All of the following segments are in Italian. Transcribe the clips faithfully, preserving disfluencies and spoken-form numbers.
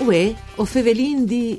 Uè, o fevelin di...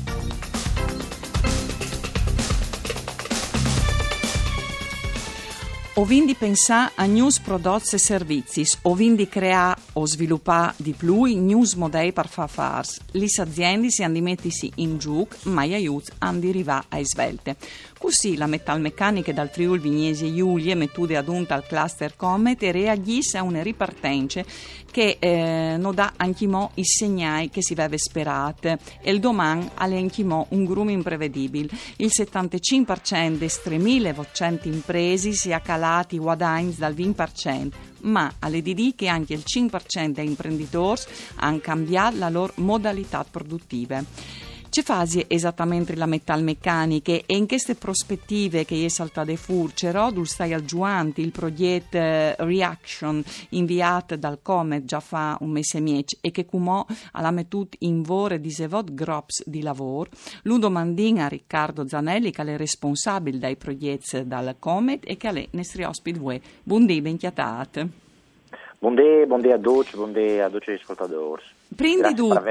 O vindi pensare a news prodotti e servizi, o vindi creare o sviluppare di più news modelli per far fars. Le aziende si hanno dimettisi in giù, ma gli aiuti hanno di arrivare a svelte. Così la metalmeccanica dal Friuli Vignesi Giulie mettude ad un al cluster Comet e reagisce a una ripartenza che eh, non dà anche mo i segnali che si aveva sperate e il domani alle anche mo un grumo imprevedibile. Il settantacinque per cento dei tremilavocento imprese si è calati i guadagni dal venti per cento, ma alle D D che anche il cinque per cento dei imprenditori hanno cambiato la loro modalità produttive. C'è fasi esattamente la metalmeccanica e in queste prospettive che è saltate fuori c'è Rodul stai al giuanti il progetto Reaction inviato dal Comet già fa un mese e mezzo e che come alla mettut in vore di sevot grops di lavoro. Lo domandin a Riccardo Zanelli che è responsabile dai progetti dal Comet e che è nostri ospiti voi. Buondì, ben chiatate. Buondì, buondì a tutti, buondì a tutti gli ascoltatori. Prendi tutto,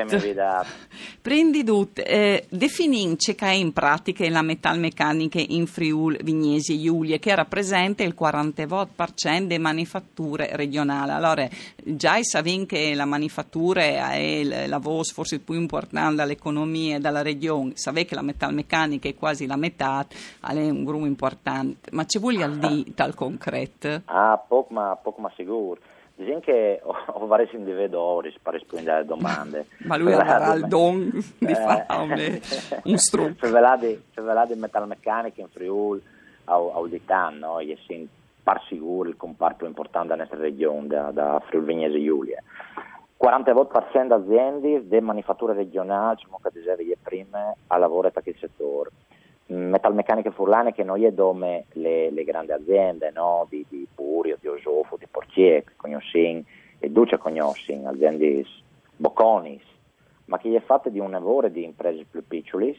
prendi tutto, eh, definisce che è in pratica la metalmeccanica in Friuli Vignesi Giulie che rappresenta il quaranta per cento delle manifatture regionali. Allora, già sapete che la manifattura è la voce forse più importante dall'economia e dalla regione, sapete che la metalmeccanica è quasi la metà, è un gruppo importante, ma ci vuole dire tal concreto? Ah, poco ma, poco ma sicuro. Diciamo che ho, ho vari individui per rispondere alle domande. Ma lui avrà il don di fare un strumento. Se ve l'ha di metalmeccanica in Friuli, auditano, no? E si par sicuro il comparto più importante della nostra regione, da, da Friuli Vignesi Giulie. quaranta per cento di aziende di manifatture regionali, come dicevo io prima, a lavoro in quel settore. Metalmeccaniche furlane che noi è dove le, le grandi aziende, no? di, di Purio, di Osofo, di Portier, che conosciamo e Duce conosciamo, aziende bocconis, ma che è fatta di un lavoro di imprese più piccole,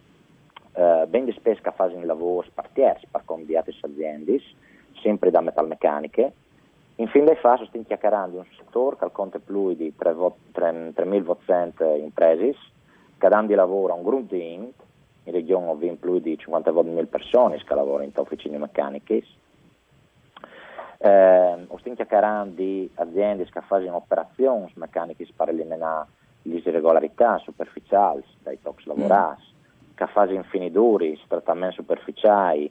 eh, ben di spesso che fanno lavori spartieri per conviate aziende, sempre da metalmeccaniche. In fin dei fa stiamo chiacchierando di un settore che conta più di tremilavocento imprese, che danno di lavoro a un gruppo di in regione abbiamo più di cinquantamila persone che lavorano in officine meccaniche. Eh, stiamo chiacchierando di aziende che fanno operazioni meccaniche per eliminare le irregolarità superficiali dai tox lavorati, mm. che fanno infinitori, trattamenti superficiali,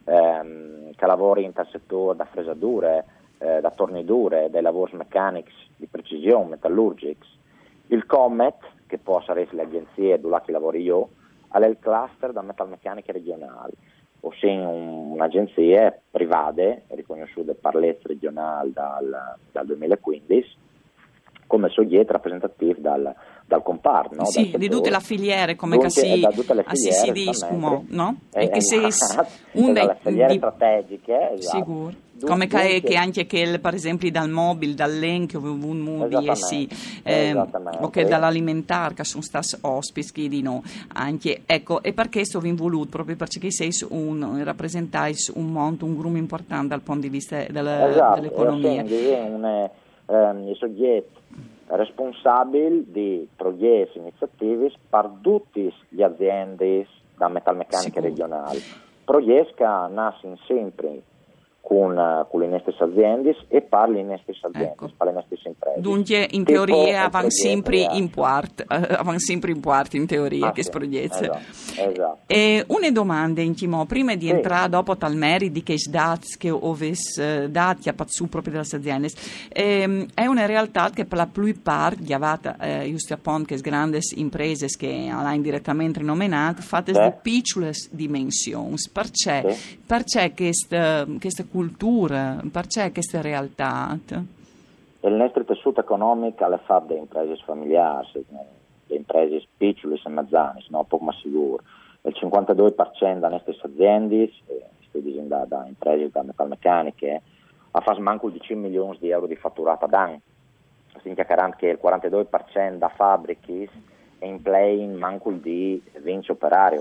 ehm, che lavorano in tal settore da fresature, eh, da tornidure, dai lavori meccanici di precisione, metallurgici. Il Comet, che può essere le agenzie dove lavoro io, è il cluster da metalmeccanica regionale, ossia un, un'agenzia privata riconosciuta per l'E T S regionale dal, dal duemilaquindici come soggetto rappresentativo dal, dal comparto. No? Sì, dal di tutte le filiere, come Dunque, che si, da tutte le filiere, si discutono, no? E, e che si un delle filiere di, strategiche, esatto. Sicuro. Come che, che anche che per esempio dal mobile, dall'elenco, un movie, sì, eh, o che dall'alimentare, che sono stati ospiti di no, anche, ecco, e perché sto voluto, proprio perché sei un, rappresentai un monto, un gruppo importante dal punto di vista della, esatto, dell'economia. Esatto, un um, soggetto responsabile di progetti e iniziative per tutte le aziende da metalmeccanica regionale. Progetti che nascono sempre con, con le nostre aziende e per le nostre aziende, ecco. Per le nostre imprese. Dunque, in tipo teoria, avanno sempre in parte, avanno sempre in parte, in teoria, ah, che sì, progetti. Esatto, esatto. E una domanda, Intimo, prima di sì. entrare dopo tal merito di che dati che oves dati a pazzu proprio delle aziende, eh, è una realtà che per la più parte, chiamata, eh, giusto appunto, che grandi imprese che hanno indirettamente nominato, fatte sì. di piccole dimensioni, perché, sì. perché questa, questa cultura, perché queste realtà? Il nostro tessuto economico è fatto da imprese familiari, da imprese piccole e mezzane, no? Poco ma sicuro. Il cinquantadue per cento delle nostre aziende, sto dicendo da, da imprese da metalmeccaniche, ha fatto manco di cinque milioni di euro di fatturato ad anno. Stiamo chiacchierando che il quarantadue per cento da fabbriche è in play manco di venti operari.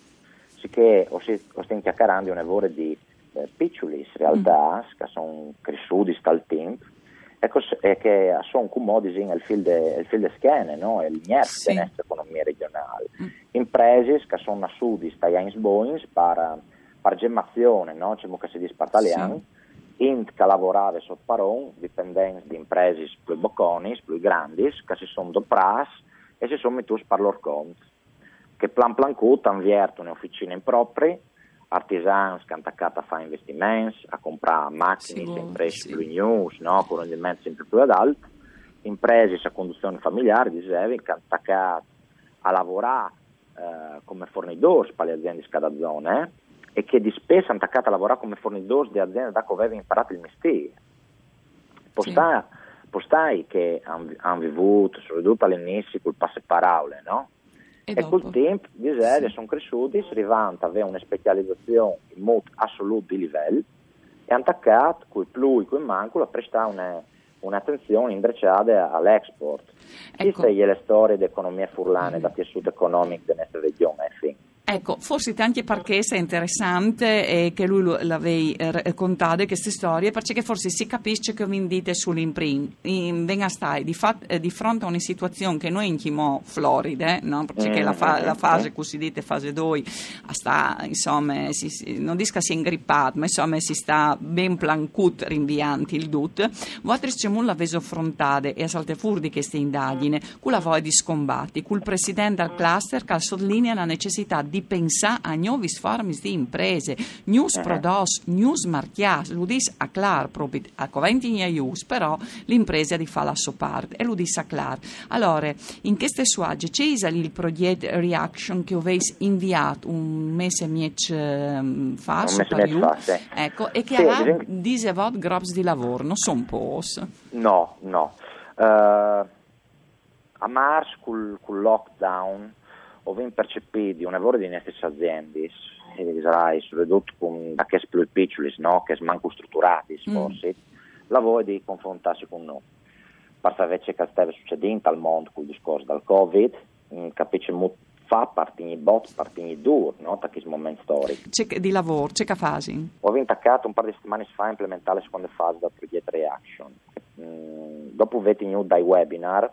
Sicché stiamo chiacchierando di un lavoro di Eh, piccoli in realtà, mm. che sono cresciuti dal tempo è, cos- è che sono comodi il fil de schene, no? E l'ignerz sì. della nostra economia regionale. Mm. Imprese che sono assudi stai in boins per, per gemmazione, no? C'è che si dice per italiano, sì. Int che lavorava sotto paron, dipendenti di imprese più bocconi, più grandi, che si sono dopras e si sono messi per loro conto, che plan plan cut hanno avviato un'officina improprie, artigiani che hanno attaccato a fare investimenti, a comprare macchine sì, sempre sì. più news, no? Con rendimenti sempre più adulti, imprese a conduzione familiare, dicevi, che hanno attaccato a lavorare eh, come fornitori per le aziende di cada zona, eh? E che di spesso hanno attaccato a lavorare come fornitori di aziende da cui avevano imparato il mestiere. Postai, sì. postai che hanno vivuto, soprattutto all'inizio, col passe parole, no? E, e col tempo, dicevi, sì. sono cresciuti, si arrivano a avere una specializzazione in modo assoluto di livello e hanno attaccato, con i più e con i manco, a prestare una, un'attenzione indrecciata all'export. Ecco. Queste le storie di economia furlane, mm. da tessuto economico della nostra regione, fin. Ecco, forse anche perché è interessante e che lui l'avevi raccontato queste storie, perché forse si capisce che vi dite sull'imprint, venga stai di, fat, di fronte a una situazione che noi in Chimo Floride, no? Perché mm-hmm. la, fa, la fase cosiddetta fase due sta, insomma, si, si, non dico che si è ingrippato, ma insomma si sta ben plancut rinvianti il dut. Voi c'è molto l'avete affrontate e a salte fuori di queste indagini, con la voi di scombatti, col presidente del cluster che sottolinea la necessità di pensare a nuove forme di imprese, news prodotti, news marchiati, lo dice a clar proprio a coventi news, però l'impresa di fa la sua parte e lo dice a clar. Allora, in queste suagge c'è il progetto Reaction che avete inviato un mese e mezzo fa, un mese e mezzo fa, sì. Ecco, e che sì, ha bisogna... disevot groups di lavoro, non sono pos. No, no. Uh, a marzo col, col lockdown ho percepito un lavoro di queste aziende, e sarai soprattutto con da che più piccoli, no? Che manco strutturati, forse, mm. lavoro di confrontarsi con noi. Per sapere che stava succedendo al mondo con il discorso del Covid, capisce molto fa partire bot, partire dur, no? Da questo momento storico. C'è di lavoro, c'è che fasi? Ho intaccato un par di settimane fa a implementare la seconda fase del progetto Reaction. Mm, dopo avete venuto dai webinar,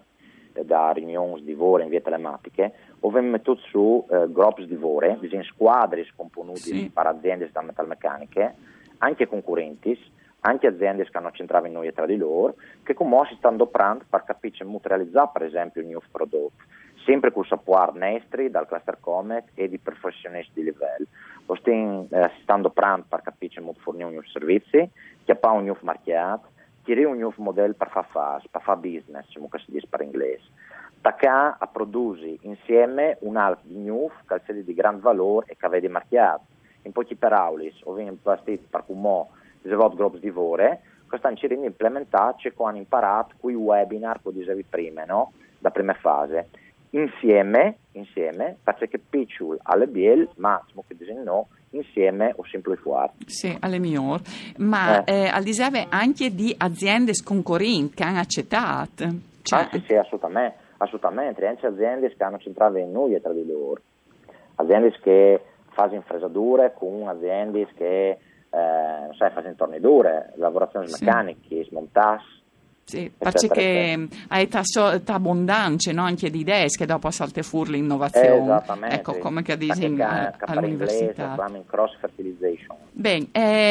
da riunioni di lavoro in via telematiche, dove metto su eh, gruppi di lavoro, in squadre scomponuti sì. per aziende da metalmeccaniche, anche concorrenti, anche aziende che hanno centrato in noi tra di loro, che come si stanno operando per capire come realizzare per esempio il new prodotto, sempre con il sapore nestri dal cluster Comet e di professionisti di livello. O stiamo, eh, si stanno operando per capire come fornire un new servizi, che ha un new marchiato, tirare un nuovo modello per fare fare, per fare business, come si dice per inglese. Tacca a produrre insieme un altro di nuovo, che è di grande valore e che avete marchiato. In pochi parole, ho investito per come si vede gruppi di lavoro, che stanno cercando di implementare ciò che hanno imparato con i webinar che dicevi prima, no? Da prima fase. Insieme, insieme, perché piccolo alle biel, ma come che dicono no, insieme o sempre fuori. Sì, alle migliori. Ma eh. Eh, al di là anche di aziende concorrenti che hanno accettato. Cioè... Ah, sì, sì, assolutamente, assolutamente. Anche aziende che hanno centrato in noi tra di loro. Aziende che fanno fresature con aziende che eh, non sai, fanno tornidure, lavorazioni sì. meccaniche, smontassi. Sì, perché hai ta abbondanza, no? Anche di idee che dopo a salte fuori l'innovazione. Eh, esattamente. Ecco, come che dici in, all'università. Inglese, cross fertilization. Bene,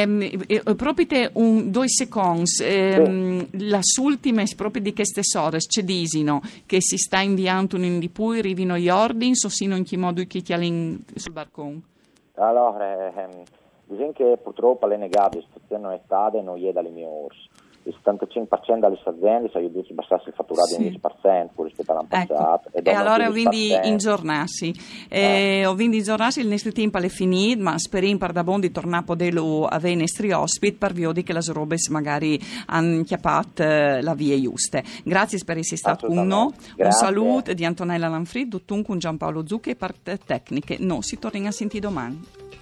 ehm, proprio un, due secondi, ehm, sì. le ultime proprio di queste ore ci dicono che si sta inviando un di più, arrivino gli ordini, o sino in che modo chi ti sul barcone? Allora, ehm, dicono che purtroppo alle negate, la situazione non è stata, non è dalle mie orse. Il settantacinque per cento delle aziende si è aiutato a abbassare il fatturato sì. del dieci per cento rispetto all'anno ecco. passato. E, e allora ho vinto in giornati. Eh, eh. Ho vinto in giornati, il nostro tempo è finito, ma speriamo per da buon di tornare a poterlo avere i nostri ospiti per via di che le robe magari hanno chiappato la via giusta. Grazie per essere stato con noi. Un saluto di Antonella Lanfrid, dunque con Giampaolo Zucchi e parte tecniche. No, si torna a sentire domani.